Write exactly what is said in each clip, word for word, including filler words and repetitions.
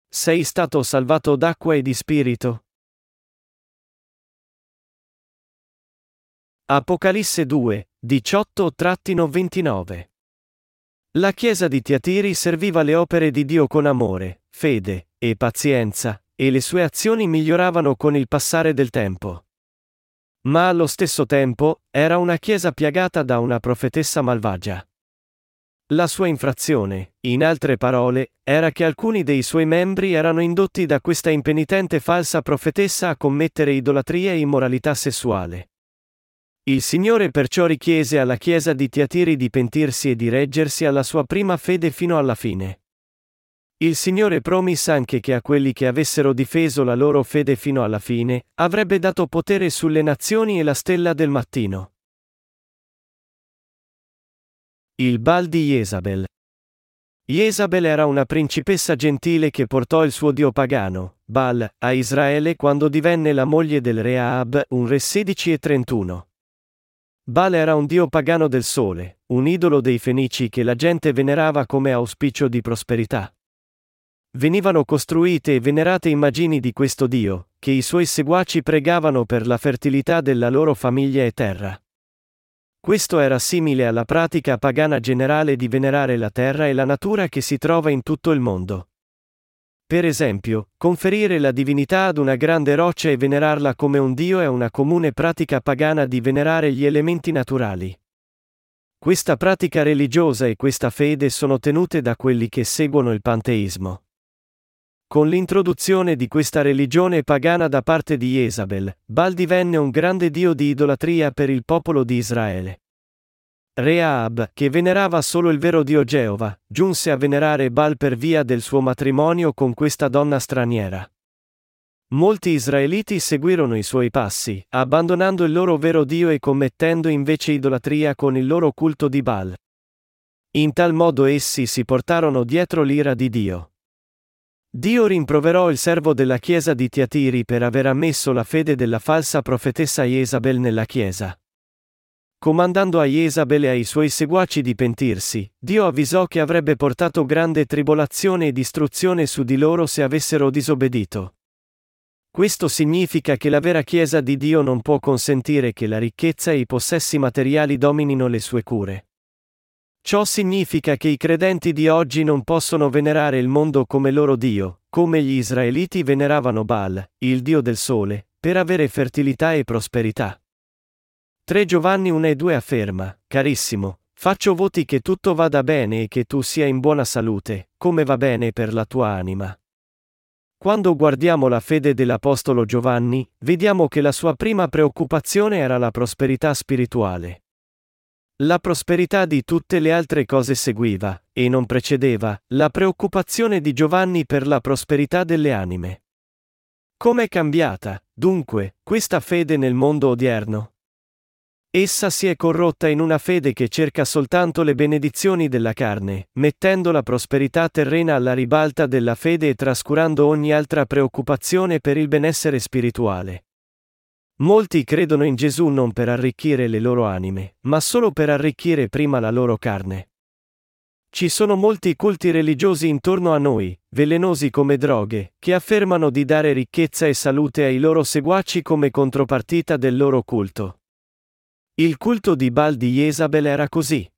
Sei stato salvato d'acqua e di spirito? Apocalisse due, diciotto ventinove. La chiesa di Tiatiri serviva le opere di Dio con amore, fede e pazienza, e le sue azioni miglioravano con il passare del tempo. Ma allo stesso tempo, era una chiesa piagata da una profetessa malvagia. La sua infrazione, in altre parole, era che alcuni dei suoi membri erano indotti da questa impenitente falsa profetessa a commettere idolatria e immoralità sessuale. Il Signore perciò richiese alla chiesa di Tiatiri di pentirsi e di reggersi alla sua prima fede fino alla fine. Il Signore promisse anche che a quelli che avessero difeso la loro fede fino alla fine, avrebbe dato potere sulle nazioni e la stella del mattino. Il Baal di Jezabel. Jezabel era una principessa gentile che portò il suo dio pagano, Baal, a Israele quando divenne la moglie del re Ahab, un re sedici e trentuno. Baal era un dio pagano del sole, un idolo dei Fenici che la gente venerava come auspicio di prosperità. Venivano costruite e venerate immagini di questo dio, che i suoi seguaci pregavano per la fertilità della loro famiglia e terra. Questo era simile alla pratica pagana generale di venerare la terra e la natura che si trova in tutto il mondo. Per esempio, conferire la divinità ad una grande roccia e venerarla come un dio è una comune pratica pagana di venerare gli elementi naturali. Questa pratica religiosa e questa fede sono tenute da quelli che seguono il panteismo. Con l'introduzione di questa religione pagana da parte di Jezabel, Baal divenne un grande dio di idolatria per il popolo di Israele. Re Ahab, che venerava solo il vero Dio Geova, giunse a venerare Baal per via del suo matrimonio con questa donna straniera. Molti israeliti seguirono i suoi passi, abbandonando il loro vero Dio e commettendo invece idolatria con il loro culto di Baal. In tal modo essi si portarono dietro l'ira di Dio. Dio rimproverò il servo della chiesa di Tiatiri per aver ammesso la fede della falsa profetessa Jezabel nella chiesa. Comandando a Jezabel e ai suoi seguaci di pentirsi, Dio avvisò che avrebbe portato grande tribolazione e distruzione su di loro se avessero disobbedito. Questo significa che la vera chiesa di Dio non può consentire che la ricchezza e i possessi materiali dominino le sue cure. Ciò significa che i credenti di oggi non possono venerare il mondo come loro Dio, come gli israeliti veneravano Baal, il dio del sole, per avere fertilità e prosperità. tre Giovanni uno e due afferma: carissimo, faccio voti che tutto vada bene e che tu sia in buona salute, come va bene per la tua anima. Quando guardiamo la fede dell'apostolo Giovanni, vediamo che la sua prima preoccupazione era la prosperità spirituale. La prosperità di tutte le altre cose seguiva, e non precedeva, la preoccupazione di Giovanni per la prosperità delle anime. Com'è cambiata, dunque, questa fede nel mondo odierno? Essa si è corrotta in una fede che cerca soltanto le benedizioni della carne, mettendo la prosperità terrena alla ribalta della fede e trascurando ogni altra preoccupazione per il benessere spirituale. Molti credono in Gesù non per arricchire le loro anime, ma solo per arricchire prima la loro carne. Ci sono molti culti religiosi intorno a noi, velenosi come droghe, che affermano di dare ricchezza e salute ai loro seguaci come contropartita del loro culto. Il culto di Baal di Jezabel era così.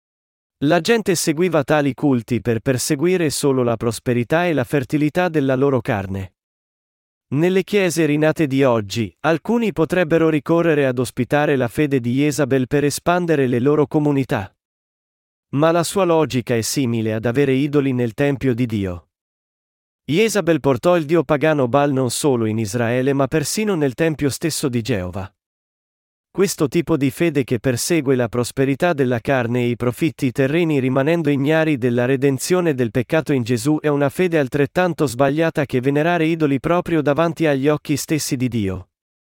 La gente seguiva tali culti per perseguire solo la prosperità e la fertilità della loro carne. Nelle chiese rinate di oggi, alcuni potrebbero ricorrere ad ospitare la fede di Jezabel per espandere le loro comunità. Ma la sua logica è simile ad avere idoli nel tempio di Dio. Jezabel portò il dio pagano Baal non solo in Israele ma persino nel tempio stesso di Geova. Questo tipo di fede che persegue la prosperità della carne e i profitti terreni rimanendo ignari della redenzione del peccato in Gesù è una fede altrettanto sbagliata che venerare idoli proprio davanti agli occhi stessi di Dio.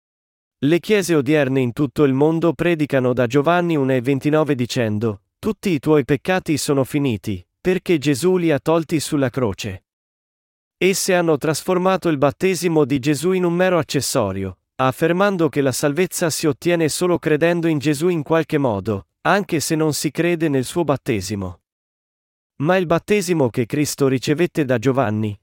Le chiese odierne in tutto il mondo predicano da Giovanni uno e ventinove dicendo: tutti i tuoi peccati sono finiti, perché Gesù li ha tolti sulla croce. Esse hanno trasformato il battesimo di Gesù in un mero accessorio, affermando che la salvezza si ottiene solo credendo in Gesù in qualche modo, anche se non si crede nel suo battesimo. Ma il battesimo che Cristo ricevette da Giovanni,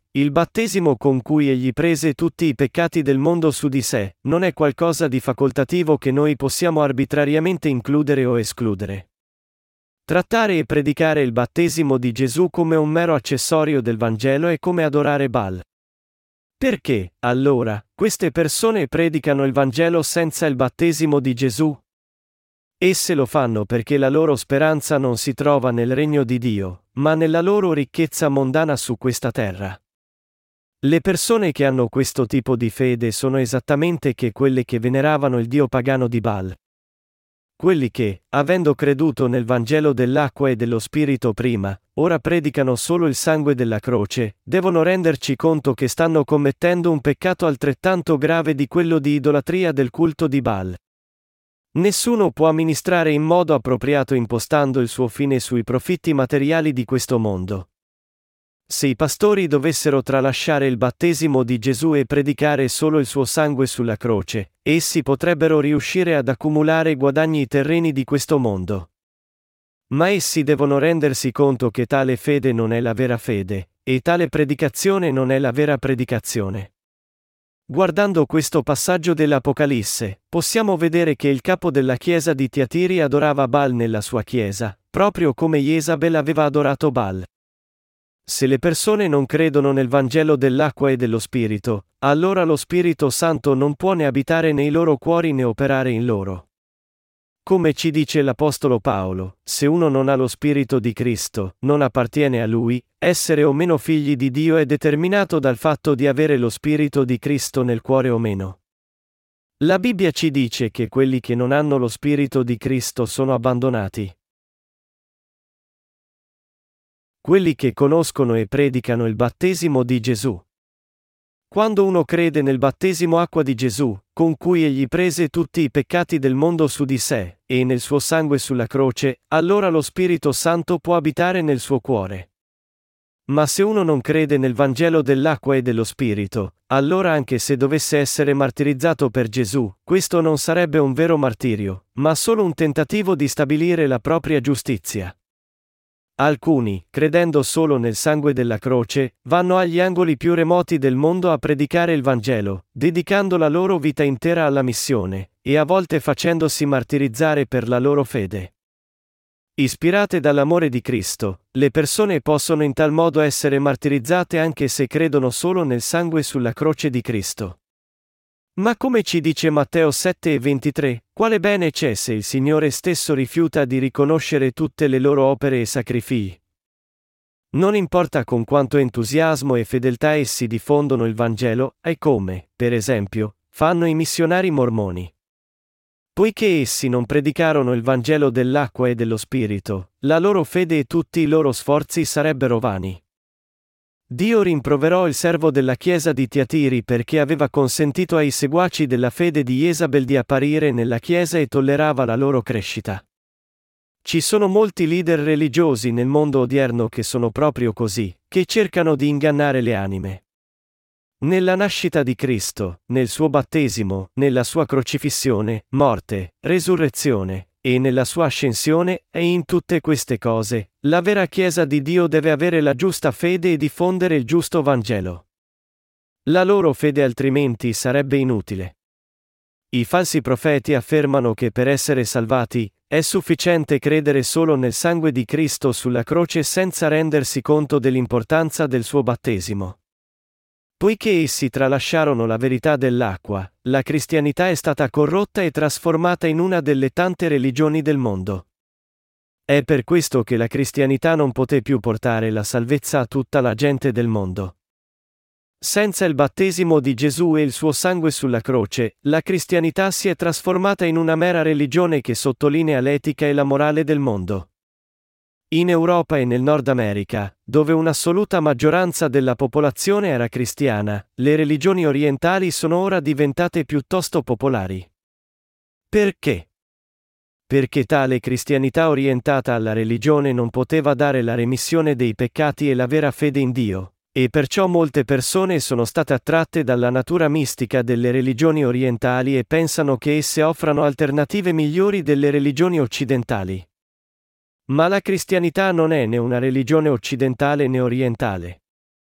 Il battesimo con cui egli prese tutti i peccati del mondo su di sé, non è qualcosa di facoltativo che noi possiamo arbitrariamente includere o escludere. Trattare e predicare il battesimo di Gesù come un mero accessorio del Vangelo è come adorare Baal. Perché, allora, queste persone predicano il Vangelo senza il battesimo di Gesù? Esse lo fanno perché la loro speranza non si trova nel regno di Dio, ma nella loro ricchezza mondana su questa terra. Le persone che hanno questo tipo di fede sono esattamente che quelle che veneravano il dio pagano di Baal. Quelli che, avendo creduto nel Vangelo dell'acqua e dello Spirito prima, ora predicano solo il sangue della croce, devono renderci conto che stanno commettendo un peccato altrettanto grave di quello di idolatria del culto di Baal. Nessuno può amministrare in modo appropriato impostando il suo fine sui profitti materiali di questo mondo. Se i pastori dovessero tralasciare il battesimo di Gesù e predicare solo il suo sangue sulla croce, essi potrebbero riuscire ad accumulare guadagni terreni di questo mondo. Ma essi devono rendersi conto che tale fede non è la vera fede, e tale predicazione non è la vera predicazione. Guardando questo passaggio dell'Apocalisse, possiamo vedere che il capo della chiesa di Tiatiri adorava Baal nella sua chiesa, proprio come Jezabel aveva adorato Baal. Se le persone non credono nel Vangelo dell'acqua e dello Spirito, allora lo Spirito Santo non può né abitare nei loro cuori né operare in loro. Come ci dice l'Apostolo Paolo, se uno non ha lo Spirito di Cristo, non appartiene a lui. Essere o meno figli di Dio è determinato dal fatto di avere lo Spirito di Cristo nel cuore o meno. La Bibbia ci dice che quelli che non hanno lo Spirito di Cristo sono abbandonati. Quelli che conoscono e predicano il battesimo di Gesù. Quando uno crede nel battesimo acqua di Gesù, con cui egli prese tutti i peccati del mondo su di sé, e nel suo sangue sulla croce, allora lo Spirito Santo può abitare nel suo cuore. Ma se uno non crede nel Vangelo dell'acqua e dello Spirito, allora anche se dovesse essere martirizzato per Gesù, questo non sarebbe un vero martirio, ma solo un tentativo di stabilire la propria giustizia. Alcuni, credendo solo nel sangue della croce, vanno agli angoli più remoti del mondo a predicare il Vangelo, dedicando la loro vita intera alla missione, e a volte facendosi martirizzare per la loro fede. Ispirate dall'amore di Cristo, le persone possono in tal modo essere martirizzate anche se credono solo nel sangue sulla croce di Cristo. Ma come ci dice Matteo sette e ventitré, quale bene c'è se il Signore stesso rifiuta di riconoscere tutte le loro opere e sacrifici? Non importa con quanto entusiasmo e fedeltà essi diffondono il Vangelo, e come, per esempio, fanno i missionari mormoni. Poiché essi non predicarono il Vangelo dell'acqua e dello Spirito, la loro fede e tutti i loro sforzi sarebbero vani. Dio rimproverò il servo della chiesa di Tiatiri perché aveva consentito ai seguaci della fede di Jezabel di apparire nella chiesa e tollerava la loro crescita. Ci sono molti leader religiosi nel mondo odierno che sono proprio così, che cercano di ingannare le anime. Nella nascita di Cristo, nel suo battesimo, nella sua crocifissione, morte, resurrezione, e nella sua ascensione, e in tutte queste cose, la vera Chiesa di Dio deve avere la giusta fede e diffondere il giusto Vangelo. La loro fede altrimenti sarebbe inutile. I falsi profeti affermano che per essere salvati, è sufficiente credere solo nel sangue di Cristo sulla croce senza rendersi conto dell'importanza del suo battesimo. Poiché essi tralasciarono la verità dell'acqua, la cristianità è stata corrotta e trasformata in una delle tante religioni del mondo. È per questo che la cristianità non poté più portare la salvezza a tutta la gente del mondo. Senza il battesimo di Gesù e il suo sangue sulla croce, la cristianità si è trasformata in una mera religione che sottolinea l'etica e la morale del mondo. In Europa e nel Nord America, dove un'assoluta maggioranza della popolazione era cristiana, le religioni orientali sono ora diventate piuttosto popolari. Perché? Perché tale cristianità orientata alla religione non poteva dare la remissione dei peccati e la vera fede in Dio, e perciò molte persone sono state attratte dalla natura mistica delle religioni orientali e pensano che esse offrano alternative migliori delle religioni occidentali. Ma la cristianità non è né una religione occidentale né orientale.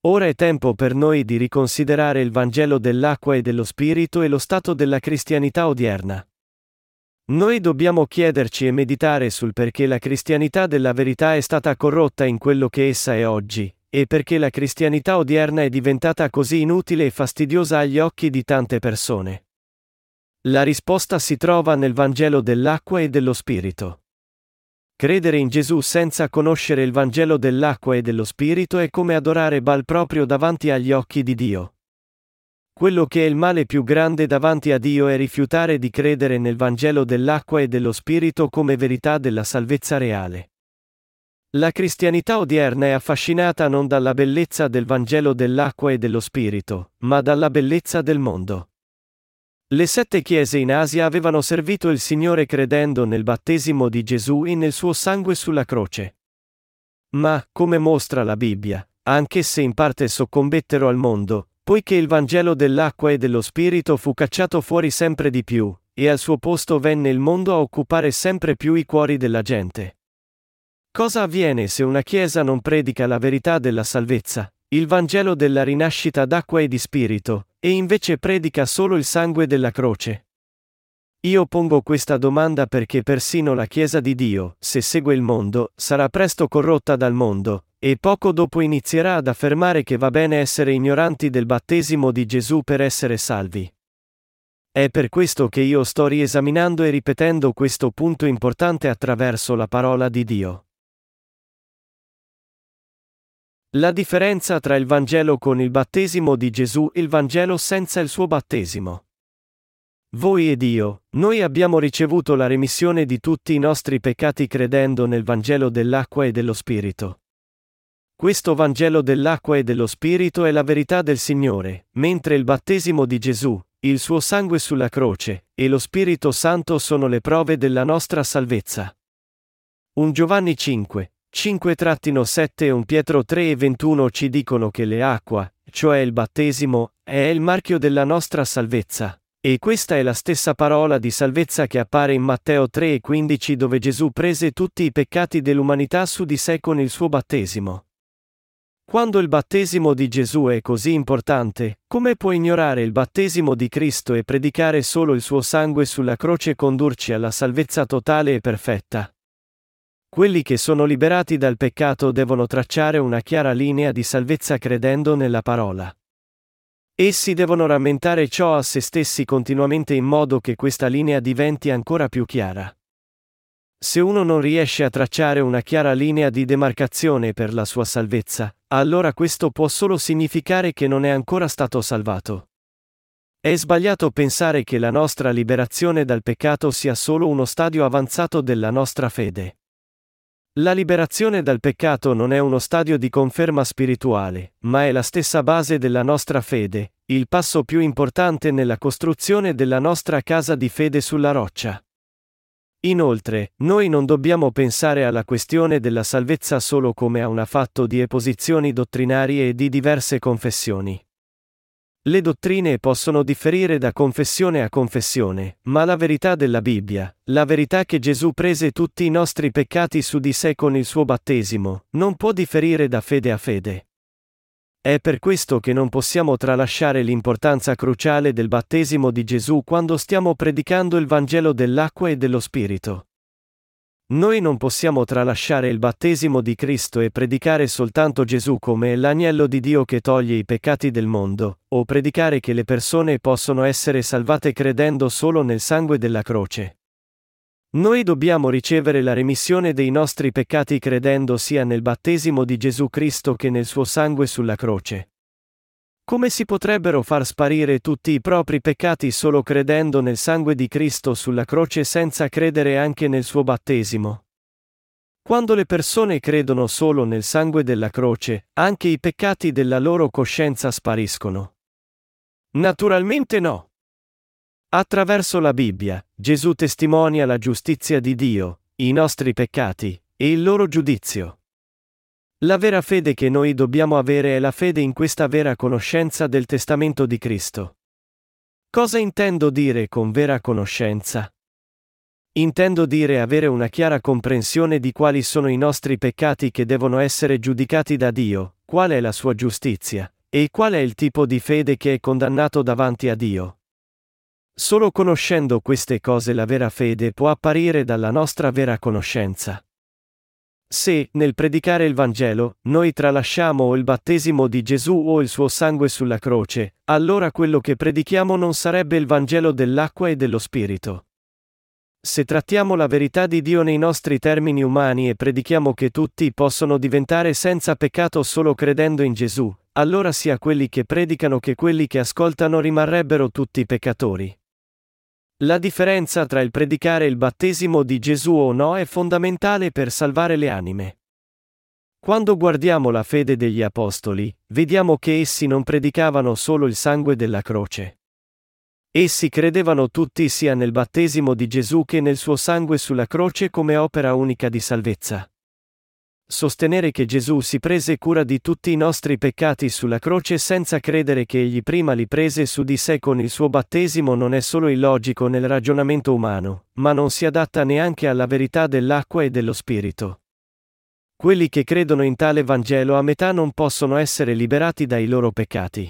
Ora è tempo per noi di riconsiderare il Vangelo dell'acqua e dello Spirito e lo stato della cristianità odierna. Noi dobbiamo chiederci e meditare sul perché la cristianità della verità è stata corrotta in quello che essa è oggi, e perché la cristianità odierna è diventata così inutile e fastidiosa agli occhi di tante persone. La risposta si trova nel Vangelo dell'acqua e dello Spirito. Credere in Gesù senza conoscere il Vangelo dell'acqua e dello Spirito è come adorare Baal proprio davanti agli occhi di Dio. Quello che è il male più grande davanti a Dio è rifiutare di credere nel Vangelo dell'acqua e dello Spirito come verità della salvezza reale. La cristianità odierna è affascinata non dalla bellezza del Vangelo dell'acqua e dello Spirito, ma dalla bellezza del mondo. Le sette chiese in Asia avevano servito il Signore credendo nel battesimo di Gesù e nel suo sangue sulla croce. Ma, come mostra la Bibbia, anch'esse in parte soccombettero al mondo, poiché il Vangelo dell'acqua e dello Spirito fu cacciato fuori sempre di più, e al suo posto venne il mondo a occupare sempre più i cuori della gente. Cosa avviene se una chiesa non predica la verità della salvezza, il Vangelo della rinascita d'acqua e di Spirito, e invece predica solo il sangue della croce? Io pongo questa domanda perché persino la Chiesa di Dio, se segue il mondo, sarà presto corrotta dal mondo, e poco dopo inizierà ad affermare che va bene essere ignoranti del battesimo di Gesù per essere salvi. È per questo che io sto riesaminando e ripetendo questo punto importante attraverso la parola di Dio. La differenza tra il Vangelo con il battesimo di Gesù e il Vangelo senza il suo battesimo. Voi ed io, noi abbiamo ricevuto la remissione di tutti i nostri peccati credendo nel Vangelo dell'acqua e dello Spirito. Questo Vangelo dell'acqua e dello Spirito è la verità del Signore, mentre il battesimo di Gesù, il suo sangue sulla croce, e lo Spirito Santo sono le prove della nostra salvezza. un Giovanni cinque, cinque sette e un Pietro tre e ventuno ci dicono che le acqua, cioè il battesimo, è il marchio della nostra salvezza. E questa è la stessa parola di salvezza che appare in Matteo tre e quindici dove Gesù prese tutti i peccati dell'umanità su di sé con il suo battesimo. Quando il battesimo di Gesù è così importante, come può ignorare il battesimo di Cristo e predicare solo il suo sangue sulla croce e condurci alla salvezza totale e perfetta? Quelli che sono liberati dal peccato devono tracciare una chiara linea di salvezza credendo nella parola. Essi devono rammentare ciò a se stessi continuamente in modo che questa linea diventi ancora più chiara. Se uno non riesce a tracciare una chiara linea di demarcazione per la sua salvezza, allora questo può solo significare che non è ancora stato salvato. È sbagliato pensare che la nostra liberazione dal peccato sia solo uno stadio avanzato della nostra fede. La liberazione dal peccato non è uno stadio di conferma spirituale, ma è la stessa base della nostra fede, il passo più importante nella costruzione della nostra casa di fede sulla roccia. Inoltre, noi non dobbiamo pensare alla questione della salvezza solo come a un fatto di posizioni dottrinarie e di diverse confessioni. Le dottrine possono differire da confessione a confessione, ma la verità della Bibbia, la verità che Gesù prese tutti i nostri peccati su di sé con il suo battesimo, non può differire da fede a fede. È per questo che non possiamo tralasciare l'importanza cruciale del battesimo di Gesù quando stiamo predicando il Vangelo dell'acqua e dello Spirito. Noi non possiamo tralasciare il battesimo di Cristo e predicare soltanto Gesù come l'agnello di Dio che toglie i peccati del mondo, o predicare che le persone possono essere salvate credendo solo nel sangue della croce. Noi dobbiamo ricevere la remissione dei nostri peccati credendo sia nel battesimo di Gesù Cristo che nel suo sangue sulla croce. Come si potrebbero far sparire tutti i propri peccati solo credendo nel sangue di Cristo sulla croce senza credere anche nel suo battesimo? Quando le persone credono solo nel sangue della croce, anche i peccati della loro coscienza spariscono. Naturalmente no. Attraverso la Bibbia, Gesù testimonia la giustizia di Dio, i nostri peccati, e il loro giudizio. La vera fede che noi dobbiamo avere è la fede in questa vera conoscenza del testamento di Cristo. Cosa intendo dire con vera conoscenza? Intendo dire avere una chiara comprensione di quali sono i nostri peccati che devono essere giudicati da Dio, qual è la sua giustizia, e qual è il tipo di fede che è condannato davanti a Dio. Solo conoscendo queste cose la vera fede può apparire dalla nostra vera conoscenza. Se, nel predicare il Vangelo, noi tralasciamo o il battesimo di Gesù o il suo sangue sulla croce, allora quello che predichiamo non sarebbe il Vangelo dell'acqua e dello Spirito. Se trattiamo la verità di Dio nei nostri termini umani e predichiamo che tutti possono diventare senza peccato solo credendo in Gesù, allora sia quelli che predicano che quelli che ascoltano rimarrebbero tutti peccatori. La differenza tra il predicare il battesimo di Gesù o no è fondamentale per salvare le anime. Quando guardiamo la fede degli apostoli, vediamo che essi non predicavano solo il sangue della croce. Essi credevano tutti sia nel battesimo di Gesù che nel suo sangue sulla croce come opera unica di salvezza. Sostenere che Gesù si prese cura di tutti i nostri peccati sulla croce senza credere che egli prima li prese su di sé con il suo battesimo non è solo illogico nel ragionamento umano, ma non si adatta neanche alla verità dell'acqua e dello Spirito. Quelli che credono in tale Vangelo a metà non possono essere liberati dai loro peccati.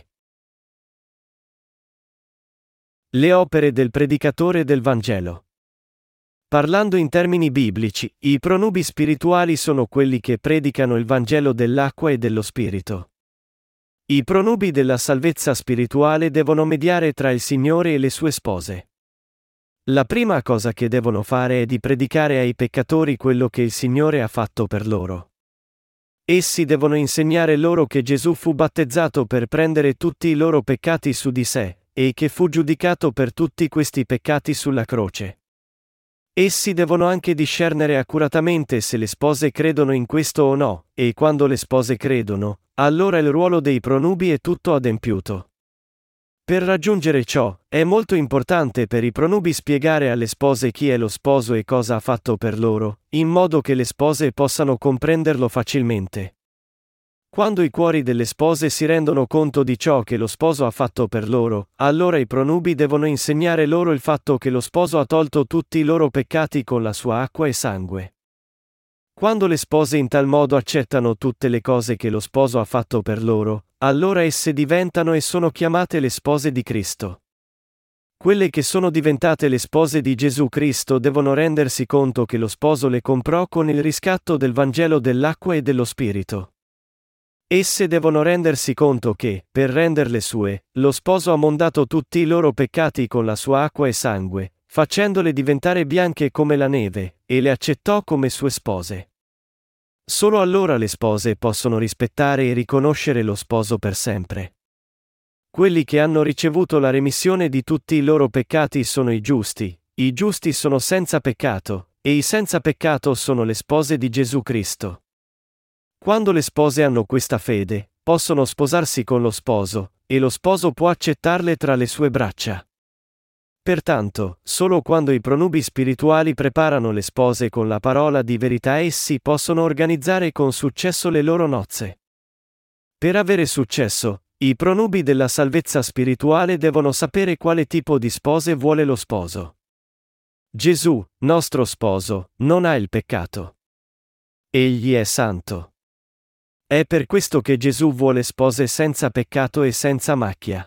Le opere del predicatore del Vangelo. Parlando in termini biblici, i pronubi spirituali sono quelli che predicano il Vangelo dell'acqua e dello Spirito. I pronubi della salvezza spirituale devono mediare tra il Signore e le sue spose. La prima cosa che devono fare è di predicare ai peccatori quello che il Signore ha fatto per loro. Essi devono insegnare loro che Gesù fu battezzato per prendere tutti i loro peccati su di sé, e che fu giudicato per tutti questi peccati sulla croce. Essi devono anche discernere accuratamente se le spose credono in questo o no, e quando le spose credono, allora il ruolo dei pronubi è tutto adempiuto. Per raggiungere ciò, è molto importante per i pronubi spiegare alle spose chi è lo sposo e cosa ha fatto per loro, in modo che le spose possano comprenderlo facilmente. Quando i cuori delle spose si rendono conto di ciò che lo sposo ha fatto per loro, allora i pronubi devono insegnare loro il fatto che lo sposo ha tolto tutti i loro peccati con la sua acqua e sangue. Quando le spose in tal modo accettano tutte le cose che lo sposo ha fatto per loro, allora esse diventano e sono chiamate le spose di Cristo. Quelle che sono diventate le spose di Gesù Cristo devono rendersi conto che lo sposo le comprò con il riscatto del Vangelo dell'acqua e dello Spirito. Esse devono rendersi conto che, per renderle sue, lo sposo ha mondato tutti i loro peccati con la sua acqua e sangue, facendole diventare bianche come la neve, e le accettò come sue spose. Solo allora le spose possono rispettare e riconoscere lo sposo per sempre. Quelli che hanno ricevuto la remissione di tutti i loro peccati sono i giusti, i giusti sono senza peccato, e i senza peccato sono le spose di Gesù Cristo. Quando le spose hanno questa fede, possono sposarsi con lo sposo, e lo sposo può accettarle tra le sue braccia. Pertanto, solo quando i pronubi spirituali preparano le spose con la parola di verità essi possono organizzare con successo le loro nozze. Per avere successo, i pronubi della salvezza spirituale devono sapere quale tipo di spose vuole lo sposo. Gesù, nostro sposo, non ha il peccato. Egli è santo. È per questo che Gesù vuole spose senza peccato e senza macchia.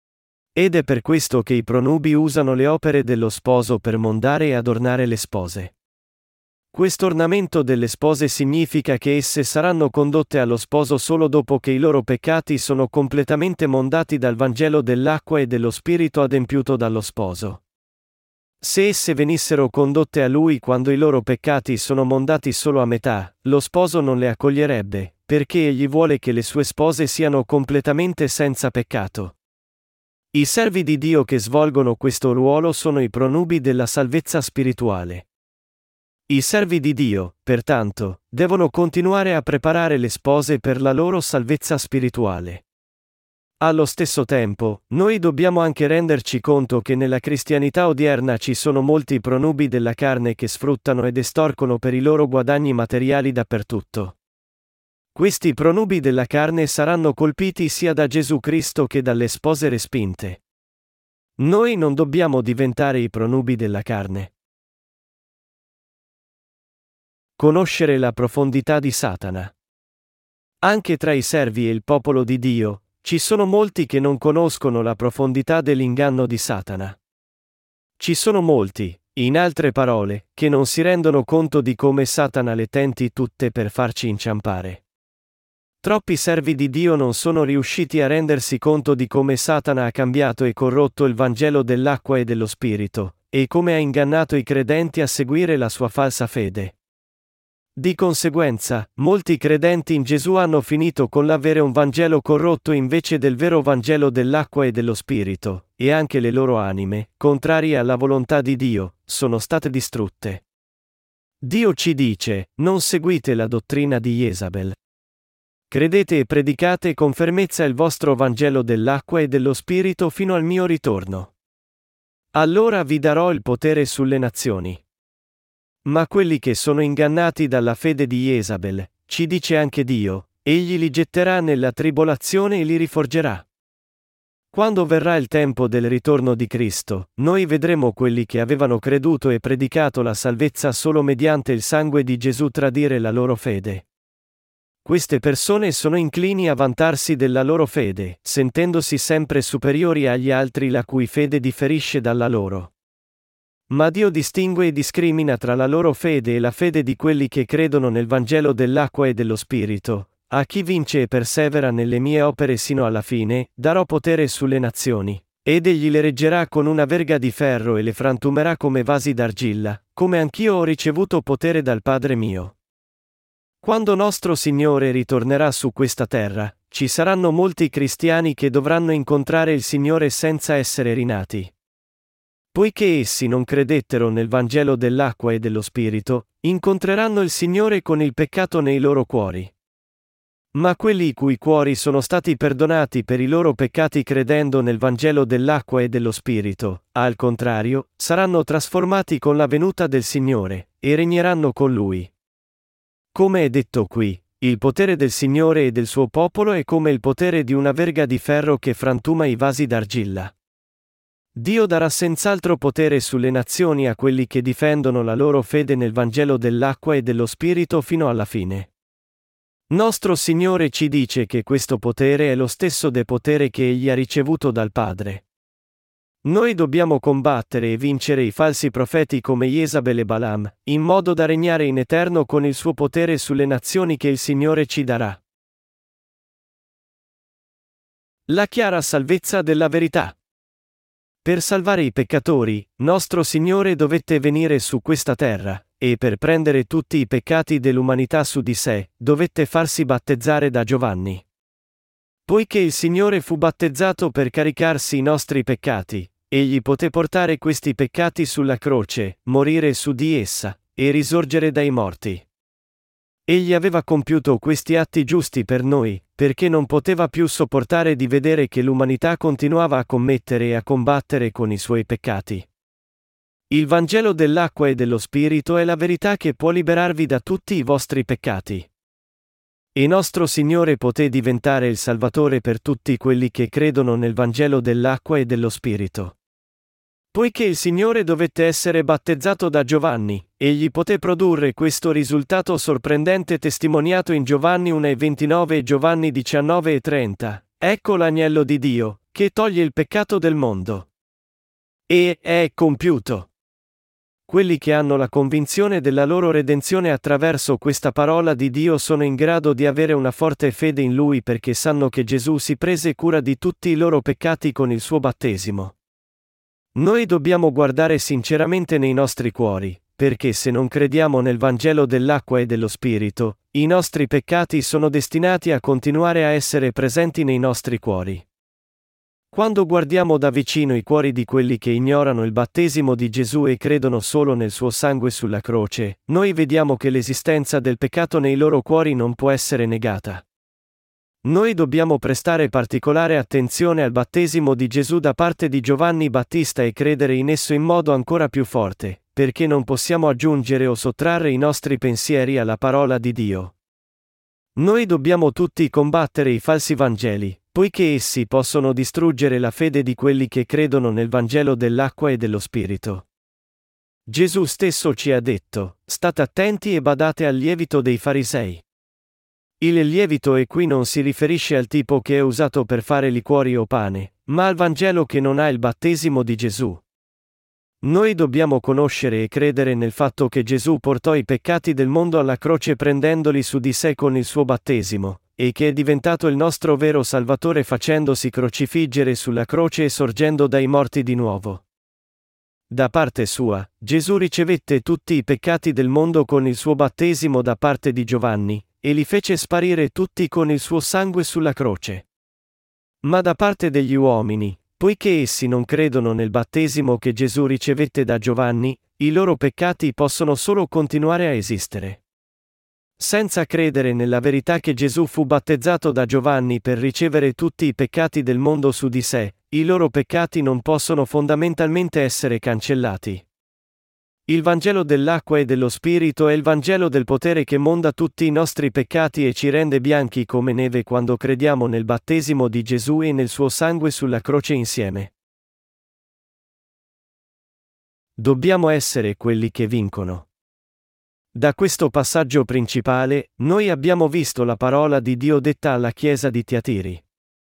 Ed è per questo che i pronubi usano le opere dello sposo per mondare e adornare le spose. Questo ornamento delle spose significa che esse saranno condotte allo sposo solo dopo che i loro peccati sono completamente mondati dal Vangelo dell'acqua e dello Spirito adempiuto dallo sposo. Se esse venissero condotte a lui quando i loro peccati sono mondati solo a metà, lo sposo non le accoglierebbe, perché egli vuole che le sue spose siano completamente senza peccato. I servi di Dio che svolgono questo ruolo sono i pronubi della salvezza spirituale. I servi di Dio, pertanto, devono continuare a preparare le spose per la loro salvezza spirituale. Allo stesso tempo, noi dobbiamo anche renderci conto che nella cristianità odierna ci sono molti pronubi della carne che sfruttano ed estorcono per i loro guadagni materiali dappertutto. Questi pronubi della carne saranno colpiti sia da Gesù Cristo che dalle spose respinte. Noi non dobbiamo diventare i pronubi della carne. Conoscere la profondità di Satana. Anche tra i servi e il popolo di Dio, ci sono molti che non conoscono la profondità dell'inganno di Satana. Ci sono molti, in altre parole, che non si rendono conto di come Satana le tenti tutte per farci inciampare. Troppi servi di Dio non sono riusciti a rendersi conto di come Satana ha cambiato e corrotto il Vangelo dell'acqua e dello Spirito, e come ha ingannato i credenti a seguire la sua falsa fede. Di conseguenza, molti credenti in Gesù hanno finito con l'avere un Vangelo corrotto invece del vero Vangelo dell'acqua e dello Spirito, e anche le loro anime, contrarie alla volontà di Dio, sono state distrutte. Dio ci dice: non seguite la dottrina di Jezabel. Credete e predicate con fermezza il vostro Vangelo dell'acqua e dello Spirito fino al mio ritorno. Allora vi darò il potere sulle nazioni. Ma quelli che sono ingannati dalla fede di Jezabel, ci dice anche Dio, egli li getterà nella tribolazione e li riforgerà. Quando verrà il tempo del ritorno di Cristo, noi vedremo quelli che avevano creduto e predicato la salvezza solo mediante il sangue di Gesù tradire la loro fede. Queste persone sono inclini a vantarsi della loro fede, sentendosi sempre superiori agli altri la cui fede differisce dalla loro. Ma Dio distingue e discrimina tra la loro fede e la fede di quelli che credono nel Vangelo dell'acqua e dello Spirito. A chi vince e persevera nelle mie opere sino alla fine, darò potere sulle nazioni, ed egli le reggerà con una verga di ferro e le frantumerà come vasi d'argilla, come anch'io ho ricevuto potere dal Padre mio. Quando nostro Signore ritornerà su questa terra, ci saranno molti cristiani che dovranno incontrare il Signore senza essere rinati. Poiché essi non credettero nel Vangelo dell'acqua e dello Spirito, incontreranno il Signore con il peccato nei loro cuori. Ma quelli i cui cuori sono stati perdonati per i loro peccati credendo nel Vangelo dell'acqua e dello Spirito, al contrario, saranno trasformati con la venuta del Signore, e regneranno con Lui. Come è detto qui, il potere del Signore e del suo popolo è come il potere di una verga di ferro che frantuma i vasi d'argilla. Dio darà senz'altro potere sulle nazioni a quelli che difendono la loro fede nel Vangelo dell'acqua e dello Spirito fino alla fine. Nostro Signore ci dice che questo potere è lo stesso de potere che Egli ha ricevuto dal Padre. Noi dobbiamo combattere e vincere i falsi profeti come Jezabel e Balaam, in modo da regnare in eterno con il suo potere sulle nazioni che il Signore ci darà. La chiara salvezza della verità. Per salvare i peccatori, nostro Signore dovette venire su questa terra, e per prendere tutti i peccati dell'umanità su di sé, dovette farsi battezzare da Giovanni. Poiché il Signore fu battezzato per caricarsi i nostri peccati, egli poté portare questi peccati sulla croce, morire su di essa, e risorgere dai morti. Egli aveva compiuto questi atti giusti per noi, perché non poteva più sopportare di vedere che l'umanità continuava a commettere e a combattere con i suoi peccati. Il Vangelo dell'acqua e dello Spirito è la verità che può liberarvi da tutti i vostri peccati. E nostro Signore poté diventare il Salvatore per tutti quelli che credono nel Vangelo dell'acqua e dello Spirito. Poiché il Signore dovette essere battezzato da Giovanni, egli poté produrre questo risultato sorprendente testimoniato in Giovanni uno e ventinove e Giovanni diciannove e trenta. Ecco l'agnello di Dio, che toglie il peccato del mondo. E è compiuto. Quelli che hanno la convinzione della loro redenzione attraverso questa parola di Dio sono in grado di avere una forte fede in Lui perché sanno che Gesù si prese cura di tutti i loro peccati con il suo battesimo. Noi dobbiamo guardare sinceramente nei nostri cuori, perché se non crediamo nel Vangelo dell'acqua e dello Spirito, i nostri peccati sono destinati a continuare a essere presenti nei nostri cuori. Quando guardiamo da vicino i cuori di quelli che ignorano il battesimo di Gesù e credono solo nel suo sangue sulla croce, noi vediamo che l'esistenza del peccato nei loro cuori non può essere negata. Noi dobbiamo prestare particolare attenzione al battesimo di Gesù da parte di Giovanni Battista e credere in esso in modo ancora più forte, perché non possiamo aggiungere o sottrarre i nostri pensieri alla parola di Dio. Noi dobbiamo tutti combattere i falsi Vangeli, poiché essi possono distruggere la fede di quelli che credono nel Vangelo dell'acqua e dello Spirito. Gesù stesso ci ha detto: state attenti e badate al lievito dei farisei. Il lievito e qui non si riferisce al tipo che è usato per fare liquori o pane, ma al Vangelo che non ha il battesimo di Gesù. Noi dobbiamo conoscere e credere nel fatto che Gesù portò i peccati del mondo alla croce prendendoli su di sé con il suo battesimo, e che è diventato il nostro vero Salvatore facendosi crocifiggere sulla croce e sorgendo dai morti di nuovo. Da parte sua, Gesù ricevette tutti i peccati del mondo con il suo battesimo da parte di Giovanni, e li fece sparire tutti con il suo sangue sulla croce. Ma da parte degli uomini, poiché essi non credono nel battesimo che Gesù ricevette da Giovanni, i loro peccati possono solo continuare a esistere. Senza credere nella verità che Gesù fu battezzato da Giovanni per ricevere tutti i peccati del mondo su di sé, i loro peccati non possono fondamentalmente essere cancellati. Il Vangelo dell'acqua e dello Spirito è il Vangelo del potere che monda tutti i nostri peccati e ci rende bianchi come neve quando crediamo nel battesimo di Gesù e nel suo sangue sulla croce insieme. Dobbiamo essere quelli che vincono. Da questo passaggio principale, noi abbiamo visto la parola di Dio detta alla Chiesa di Tiatiri.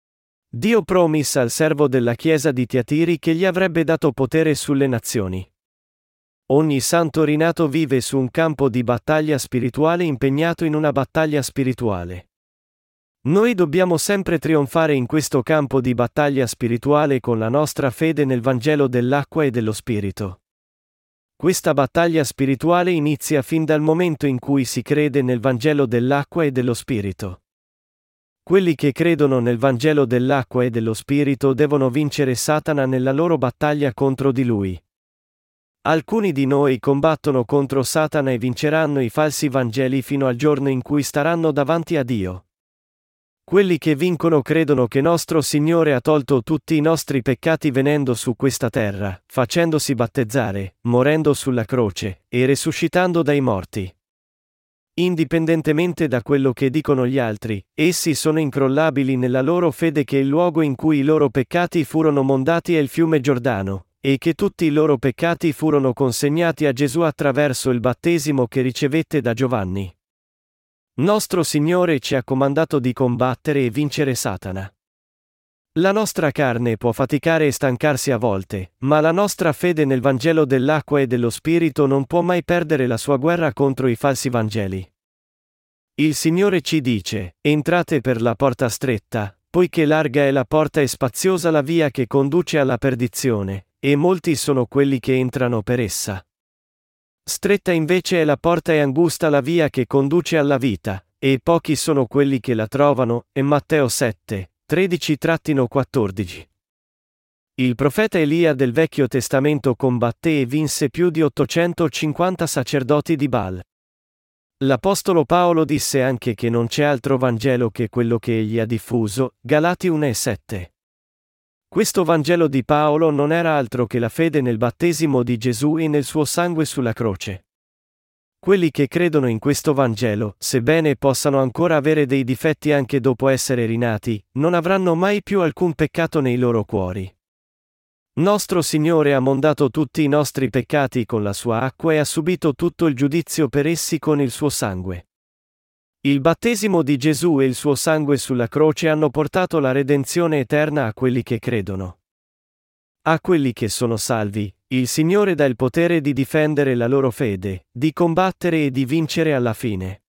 Dio promisse al servo della Chiesa di Tiatiri che gli avrebbe dato potere sulle nazioni. Ogni santo rinato vive su un campo di battaglia spirituale impegnato in una battaglia spirituale. Noi dobbiamo sempre trionfare in questo campo di battaglia spirituale con la nostra fede nel Vangelo dell'acqua e dello Spirito. Questa battaglia spirituale inizia fin dal momento in cui si crede nel Vangelo dell'acqua e dello Spirito. Quelli che credono nel Vangelo dell'acqua e dello Spirito devono vincere Satana nella loro battaglia contro di lui. Alcuni di noi combattono contro Satana e vinceranno i falsi Vangeli fino al giorno in cui staranno davanti a Dio. Quelli che vincono credono che nostro Signore ha tolto tutti i nostri peccati venendo su questa terra, facendosi battezzare, morendo sulla croce, e resuscitando dai morti. Indipendentemente da quello che dicono gli altri, essi sono incrollabili nella loro fede che il luogo in cui i loro peccati furono mondati è il fiume Giordano, e che tutti i loro peccati furono consegnati a Gesù attraverso il battesimo che ricevette da Giovanni. Nostro Signore ci ha comandato di combattere e vincere Satana. La nostra carne può faticare e stancarsi a volte, ma la nostra fede nel Vangelo dell'acqua e dello Spirito non può mai perdere la sua guerra contro i falsi Vangeli. Il Signore ci dice: entrate per la porta stretta, poiché larga è la porta e spaziosa la via che conduce alla perdizione, e molti sono quelli che entrano per essa. Stretta invece è la porta e angusta la via che conduce alla vita, e pochi sono quelli che la trovano, e Matteo sette, tredici quattordici. Il profeta Elia del Vecchio Testamento combatté e vinse più di ottocentocinquanta sacerdoti di Baal. L'Apostolo Paolo disse anche che non c'è altro Vangelo che quello che egli ha diffuso, Galati uno e sette. Questo Vangelo di Paolo non era altro che la fede nel battesimo di Gesù e nel suo sangue sulla croce. Quelli che credono in questo Vangelo, sebbene possano ancora avere dei difetti anche dopo essere rinati, non avranno mai più alcun peccato nei loro cuori. Nostro Signore ha mondato tutti i nostri peccati con la sua acqua e ha subito tutto il giudizio per essi con il suo sangue. Il battesimo di Gesù e il suo sangue sulla croce hanno portato la redenzione eterna a quelli che credono. A quelli che sono salvi, il Signore dà il potere di difendere la loro fede, di combattere e di vincere alla fine.